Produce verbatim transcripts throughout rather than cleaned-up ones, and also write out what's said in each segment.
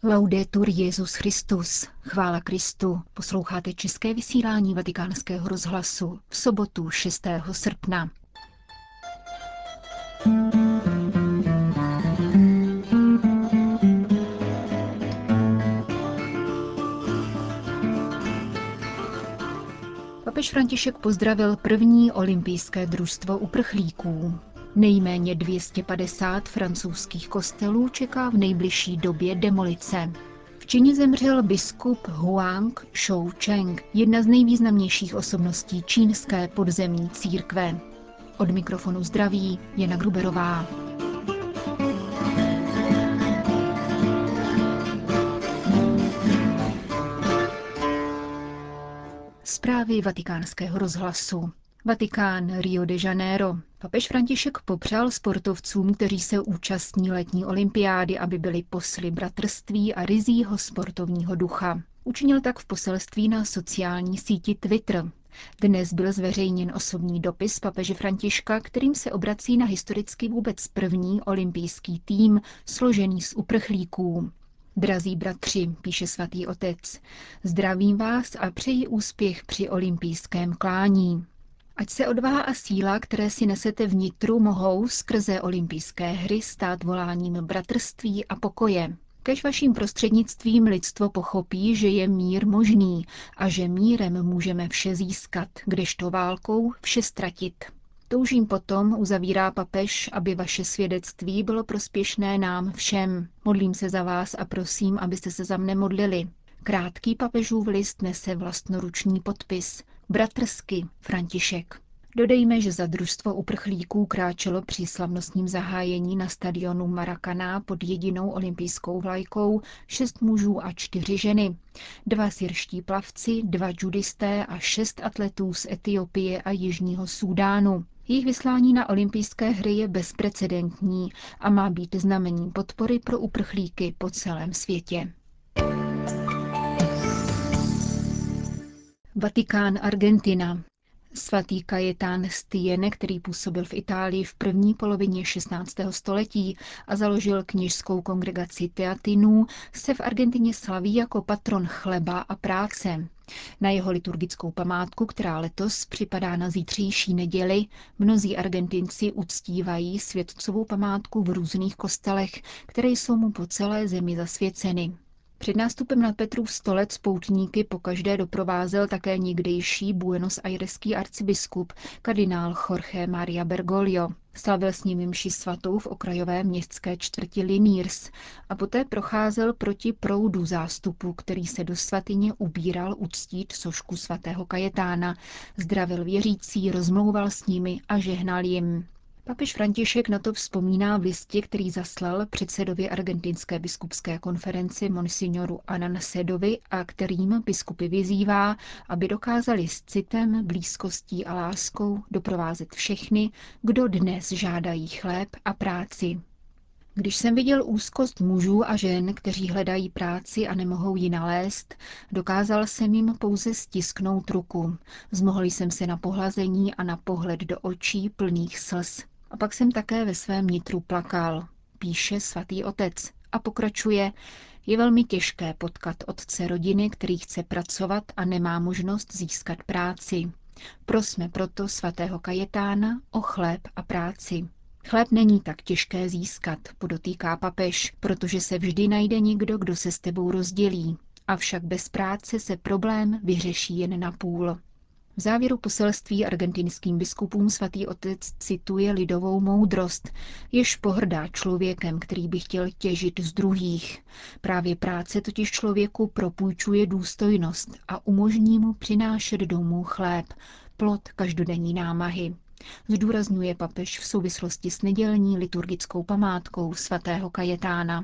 Laudetur Jesus Christus, chvála Kristu. Posloucháte české vysílání Vatikánského rozhlasu v sobotu šestého srpna. Papež František pozdravil první olympijské družstvo uprchlíků. Nejméně dvě stě padesát francouzských kostelů čeká v nejbližší době demolice. V Číně zemřel biskup Huang Shoucheng, jedna z nejvýznamnějších osobností čínské podzemní církve. Od mikrofonu zdraví Jana Gruberová. Zprávy Vatikánského rozhlasu. Vatikán, Rio de Janeiro. Papež František popřál sportovcům, kteří se účastní letní olympiády, aby byli posly bratrství a ryzího sportovního ducha. Učinil tak v poselství na sociální síti Twitter. Dnes byl zveřejněn osobní dopis papeže Františka, kterým se obrací na historicky vůbec první olympijský tým, složený z uprchlíků. Drazí bratři, píše svatý otec, zdravím vás a přeji úspěch při olympijském klání. Ať se odvaha a síla, které si nesete vnitru, mohou skrze olympijské hry stát voláním bratrství a pokoje. Kež vaším prostřednictvím lidstvo pochopí, že je mír možný a že mírem můžeme vše získat, kdežto válkou vše ztratit. Toužím potom, uzavírá papež, aby vaše svědectví bylo prospěšné nám všem. Modlím se za vás a prosím, abyste se za mne modlili. Krátký papežův list nese vlastnoruční podpis. Bratrsky, František. Dodejme, že za družstvo uprchlíků kráčelo při slavnostním zahájení na stadionu Maracaná pod jedinou olympijskou vlajkou šest mužů a čtyři ženy. Dva syrští plavci, dva judisté a šest atletů z Etiopie a Jižního Súdánu. Jejich vyslání na olympijské hry je bezprecedentní a má být znamením podpory pro uprchlíky po celém světě. Vatikán, Argentina. Svatý Cayetán Stiene, který působil v Itálii v první polovině šestnáctého století a založil kněžskou kongregaci Teatinů, se v Argentině slaví jako patron chleba a práce. Na jeho liturgickou památku, která letos připadá na zítřejší neděli, mnozí Argentinci uctívají světcovou památku v různých kostelech, které jsou mu po celé zemi zasvěceny. Před nástupem na Petrův stolec poutníky pokaždé doprovázel také někdejší Buenos Aireský arcibiskup, kardinál Jorge Maria Bergoglio. Slavil s nimi mši svatou v okrajové městské čtvrti Liniers a poté procházel proti proudu zástupu, který se do svatyně ubíral uctít sošku svatého Cayetána. Zdravil věřící, rozmlouval s nimi a žehnal jim. Papež František na to vzpomíná v listě, který zaslal předsedovi argentinské biskupské konferenci monsignoru Anansedovi a kterým biskupy vyzývá, aby dokázali s citem, blízkostí a láskou doprovázet všechny, kdo dnes žádají chléb a práci. Když jsem viděl úzkost mužů a žen, kteří hledají práci a nemohou ji nalézt, dokázal jsem jim pouze stisknout ruku. Zmohl jsem se na pohlazení a na pohled do očí plných slz. A pak jsem také ve svém nitru plakal, píše svatý otec a pokračuje, je velmi těžké potkat otce rodiny, který chce pracovat a nemá možnost získat práci. Prosme proto svatého Cayetána o chléb a práci. Chléb není tak těžké získat, podotýká papež, protože se vždy najde někdo, kdo se s tebou rozdělí. Avšak bez práce se problém vyřeší jen na půl. V závěru poselství argentinským biskupům svatý otec cituje lidovou moudrost, jež pohrdá člověkem, který by chtěl těžit z druhých. Právě práce totiž člověku propůjčuje důstojnost a umožní mu přinášet domů chléb, plod každodenní námahy. Zdůrazňuje papež v souvislosti s nedělní liturgickou památkou svatého Cayetána.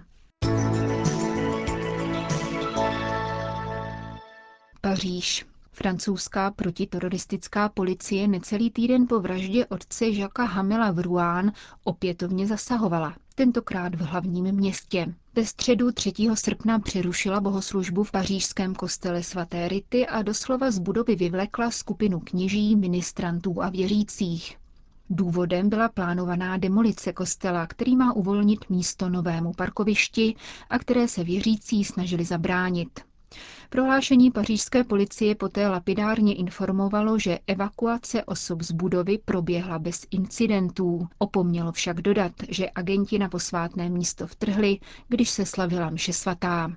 Paříž. Francouzská protiteroristická policie necelý týden po vraždě otce Jacquesa Hamela v Rouen opětovně zasahovala, tentokrát v hlavním městě. Ve středu třetího srpna přerušila bohoslužbu v pařížském kostele svaté Rity a doslova z budovy vyvlekla skupinu kněží, ministrantů a věřících. Důvodem byla plánovaná demolice kostela, který má uvolnit místo novému parkovišti a které se věřící snažili zabránit. Prohlášení pařížské policie poté lapidárně informovalo, že evakuace osob z budovy proběhla bez incidentů. Opomnělo však dodat, že agenti na posvátné místo vtrhli, když se slavila mše svatá.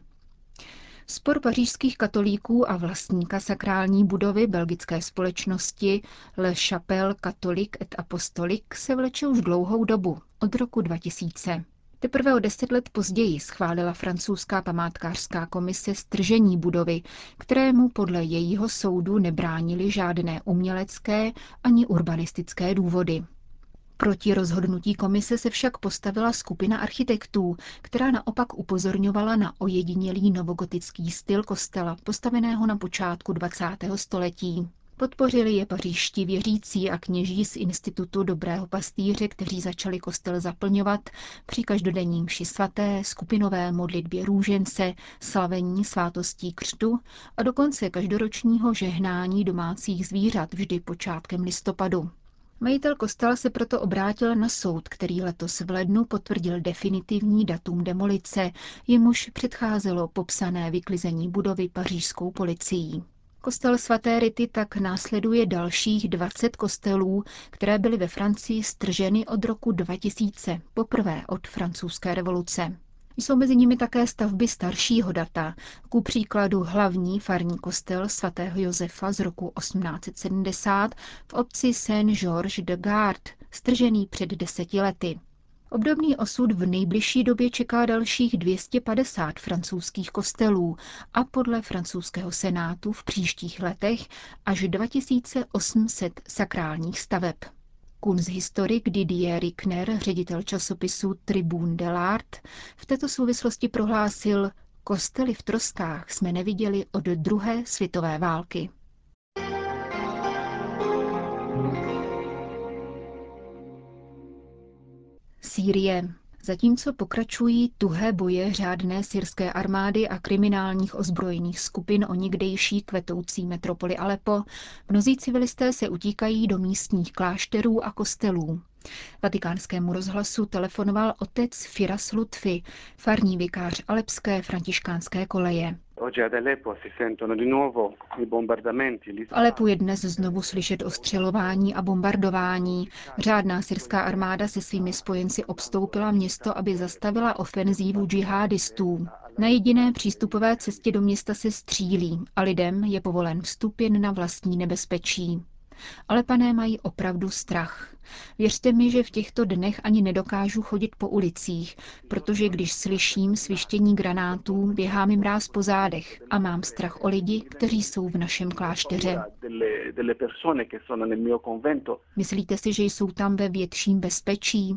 Spor pařížských katolíků a vlastníka sakrální budovy belgické společnosti Le Chapelle Catholique et Apostolique se vleče už dlouhou dobu, od roku dva tisíce. Teprve o deset let později schválila francouzská památkářská komise stržení budovy, kterému podle jejího soudu nebránily žádné umělecké ani urbanistické důvody. Proti rozhodnutí komise se však postavila skupina architektů, která naopak upozorňovala na ojedinělý novogotický styl kostela, postaveného na počátku dvacátého století. Podpořili je pařížští věřící a kněží z Institutu Dobrého pastýře, kteří začali kostel zaplňovat při každodenní mši svaté, skupinové modlitbě růžence, slavení svátostí křtu a dokonce každoročního žehnání domácích zvířat vždy počátkem listopadu. Majitel kostela se proto obrátil na soud, který letos v lednu potvrdil definitivní datum demolice, jemuž předcházelo popsané vyklizení budovy pařížskou policií. Kostel svaté Rity tak následuje dalších dvacet kostelů, které byly ve Francii strženy od roku dva tisíce, poprvé od francouzské revoluce. Jsou mezi nimi také stavby staršího data, ku příkladu hlavní farní kostel svatého Josefa z roku osmnáct set sedmdesát v obci Saint-Georges-de-Gard, stržený před deseti lety. Obdobný osud v nejbližší době čeká dalších dvě stě padesát francouzských kostelů a podle francouzského senátu v příštích letech až dva tisíce osm set sakrálních staveb. Kunsthistorik Didier Rickner, ředitel časopisu Tribune de l'Art, v této souvislosti prohlásil: kostely v troskách jsme neviděli od druhé světové války. Sýrie. Zatímco pokračují tuhé boje řádné syrské armády a kriminálních ozbrojených skupin o někdejší kvetoucí metropoli Aleppo, mnozí civilisté se utíkají do místních klášterů a kostelů. Vatikánskému rozhlasu telefonoval otec Firas Lutfi, farní vikář alepské františkánské koleje. V Alepu je dnes znovu slyšet ostřelování a bombardování. Řádná syrská armáda se svými spojenci obstoupila město, aby zastavila ofenzívu džihádistů. Na jediné přístupové cestě do města se střílí a lidem je povolen vstup jen na vlastní nebezpečí. Alepané mají opravdu strach. Věřte mi, že v těchto dnech ani nedokážu chodit po ulicích, protože když slyším svištění granátů, běhá mi mráz po zádech a mám strach o lidi, kteří jsou v našem klášteře. Myslíte si, že jsou tam ve větším bezpečí?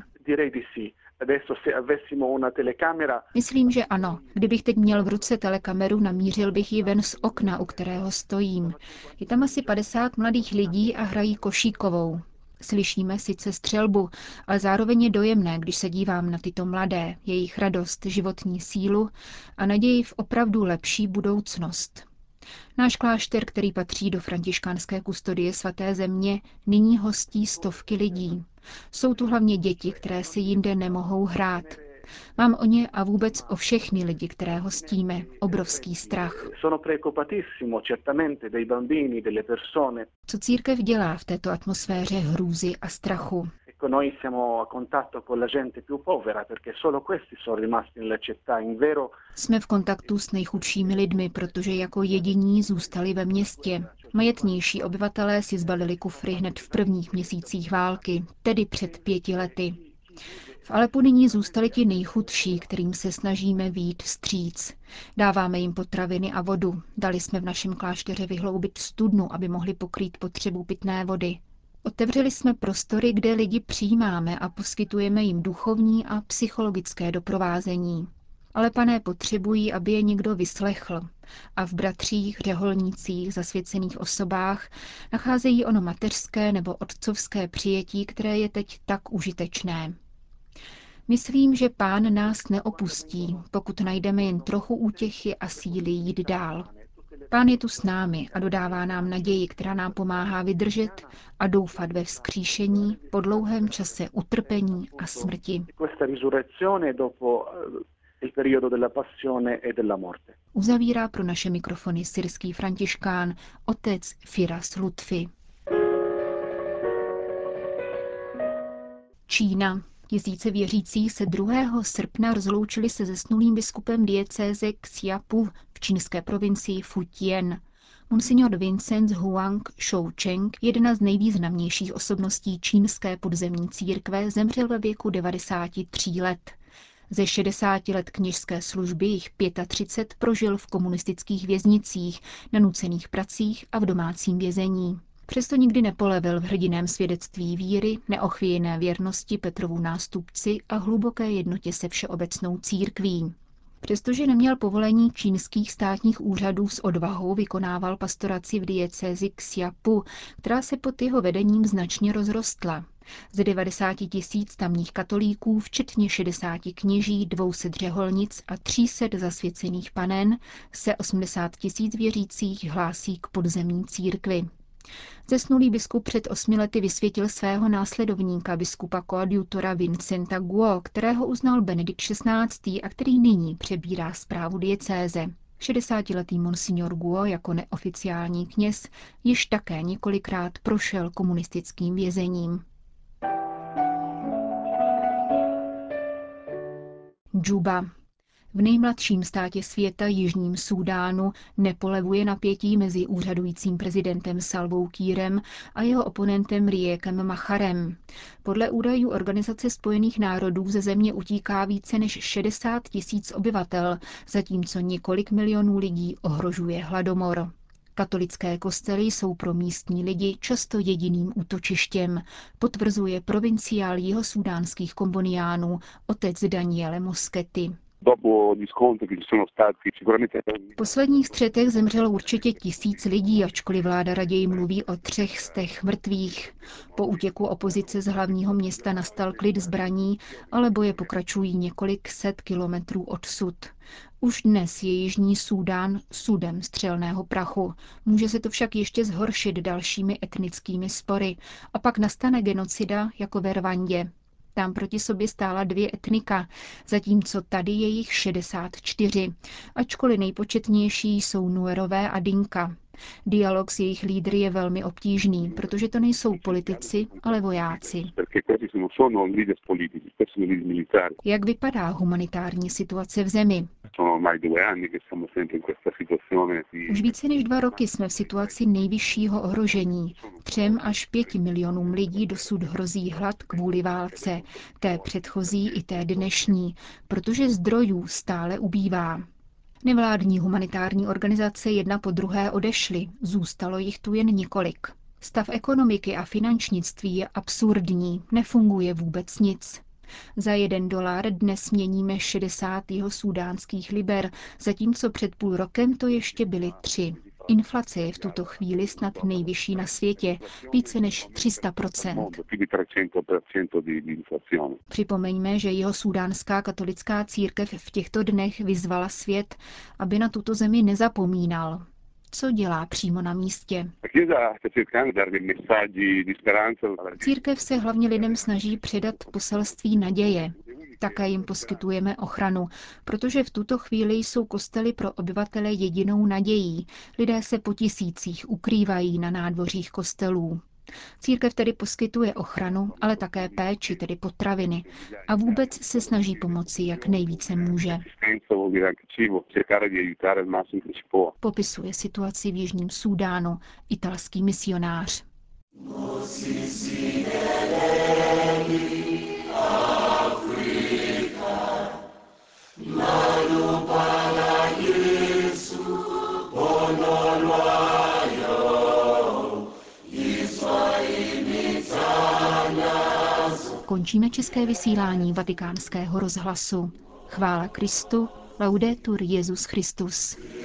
Myslím, že ano. Kdybych teď měl v ruce telekameru, namířil bych ji ven z okna, u kterého stojím. Je tam asi padesát mladých lidí a hrají košíkovou. Slyšíme sice střelbu, ale zároveň je dojemné, když se dívám na tyto mladé, jejich radost, životní sílu a naději v opravdu lepší budoucnost. Náš klášter, který patří do františkánské kustodie svaté země, nyní hostí stovky lidí. Jsou tu hlavně děti, které si jinde nemohou hrát. Mám o ně a vůbec o všechny lidi, které hostíme, obrovský strach. Co církev dělá v této atmosféře hrůzy a strachu? Jsme v kontaktu s nejchudšími lidmi, protože jako jediní zůstali ve městě. Majetnější obyvatelé si zbalili kufry hned v prvních měsících války, tedy před pěti lety. V Alepu nyní zůstali ti nejchudší, kterým se snažíme vyjít vstříc. Dáváme jim potraviny a vodu. Dali jsme v našem klášteře vyhloubit studnu, aby mohli pokrýt potřebu pitné vody. Otevřeli jsme prostory, kde lidi přijímáme a poskytujeme jim duchovní a psychologické doprovázení. Alepané potřebují, aby je někdo vyslechl. A v bratřích, řeholnících, zasvěcených osobách nacházejí ono mateřské nebo otcovské přijetí, které je teď tak užitečné. Myslím, že Pán nás neopustí, pokud najdeme jen trochu útěchy a síly jít dál. Pán je tu s námi a dodává nám naději, která nám pomáhá vydržet a doufat ve vzkříšení po dlouhém čase utrpení a smrti. Uzavírá pro naše mikrofony syrský františkán otec Firas Lutfi. Čína. Tisíce věřících se druhého srpna rozloučili se zesnulým biskupem diecéze Xiapu v čínské provincii Fujian. Monsignor Vincent Huang Shoucheng, jedna z nejvýznamnějších osobností čínské podzemní církve, zemřel ve věku devadesáti tří let. Ze šedesáti let kněžské služby jich třicet pět prožil v komunistických věznicích, na nucených pracích a v domácím vězení. Přesto nikdy nepolevil v hrdiném svědectví víry, neochvějné věrnosti Petrovu nástupci a hluboké jednotě se všeobecnou církví. Přestože neměl povolení čínských státních úřadů, s odvahou vykonával pastoraci v diecézi Xiapu, která se pod jeho vedením značně rozrostla. Z devadesáti tisíc tamních katolíků, včetně šedesáti kněží, dvou set řeholnic a tří set zasvěcených panen, se osmdesát tisíc věřících hlásí k podzemní církvi. Zesnulý biskup před osmi lety vysvětil svého následovníka, biskupa koadjutora Vincenta Guo, kterého uznal Benedikt šestnáctý a který nyní přebírá správu diecéze. šedesátiletý monsignor Guo jako neoficiální kněz již také několikrát prošel komunistickým vězením. Džuba. V nejmladším státě světa, Jižním Súdánu, nepolevuje napětí mezi úřadujícím prezidentem Salvou Kírem a jeho oponentem Riekem Macharem. Podle údajů Organizace spojených národů ze země utíká více než šedesát tisíc obyvatel, zatímco několik milionů lidí ohrožuje hladomor. Katolické kostely jsou pro místní lidi často jediným útočištěm, potvrzuje provinciál jihosúdánských komboniánů otec Daniele Moschetti. V posledních střetech zemřelo určitě tisíc lidí, ačkoliv vláda raději mluví o třech stech mrtvých. Po útěku opozice z hlavního města nastal klid zbraní, ale boje pokračují několik set kilometrů odsud. Už dnes je Jižní Súdán sudem střelného prachu. Může se to však ještě zhoršit dalšími etnickými spory a pak nastane genocida jako ve Rwandě. Tam proti sobě stála dvě etnika, zatímco tady je jich šedesát čtyři, ačkoliv nejpočetnější jsou Nuerové a Dinka. Dialog s jejich lídry je velmi obtížný, protože to nejsou politici, ale vojáci. Jak vypadá humanitární situace v zemi? Už více než dva roky jsme v situaci nejvyššího ohrožení. Třem až pěti milionům lidí dosud hrozí hlad kvůli válce, té předchozí i té dnešní, protože zdrojů stále ubývá. Nevládní humanitární organizace jedna po druhé odešly, zůstalo jich tu jen několik. Stav ekonomiky a finančnictví je absurdní, nefunguje vůbec nic. Za jeden dolar dnes měníme šedesát jihosúdánských liber, zatímco před půl rokem to ještě byly tři. Inflace je v tuto chvíli snad nejvyšší na světě, více než tři sta procent. Připomeňme, že jihosúdánská katolická církev v těchto dnech vyzvala svět, aby na tuto zemi nezapomínal. Co dělá přímo na místě? Církev se hlavně lidem snaží předat poselství naděje. Také jim poskytujeme ochranu, protože v tuto chvíli jsou kostely pro obyvatele jedinou nadějí. Lidé se po tisících ukrývají na nádvořích kostelů. Církev tedy poskytuje ochranu, ale také péči, tedy potraviny, a vůbec se snaží pomoci, jak nejvíce může. Popisuje situaci v Jižním Súdánu italský misionář. Končíme české vysílání Vatikánského rozhlasu. Chvála Kristu, laudetur Jesus Christus.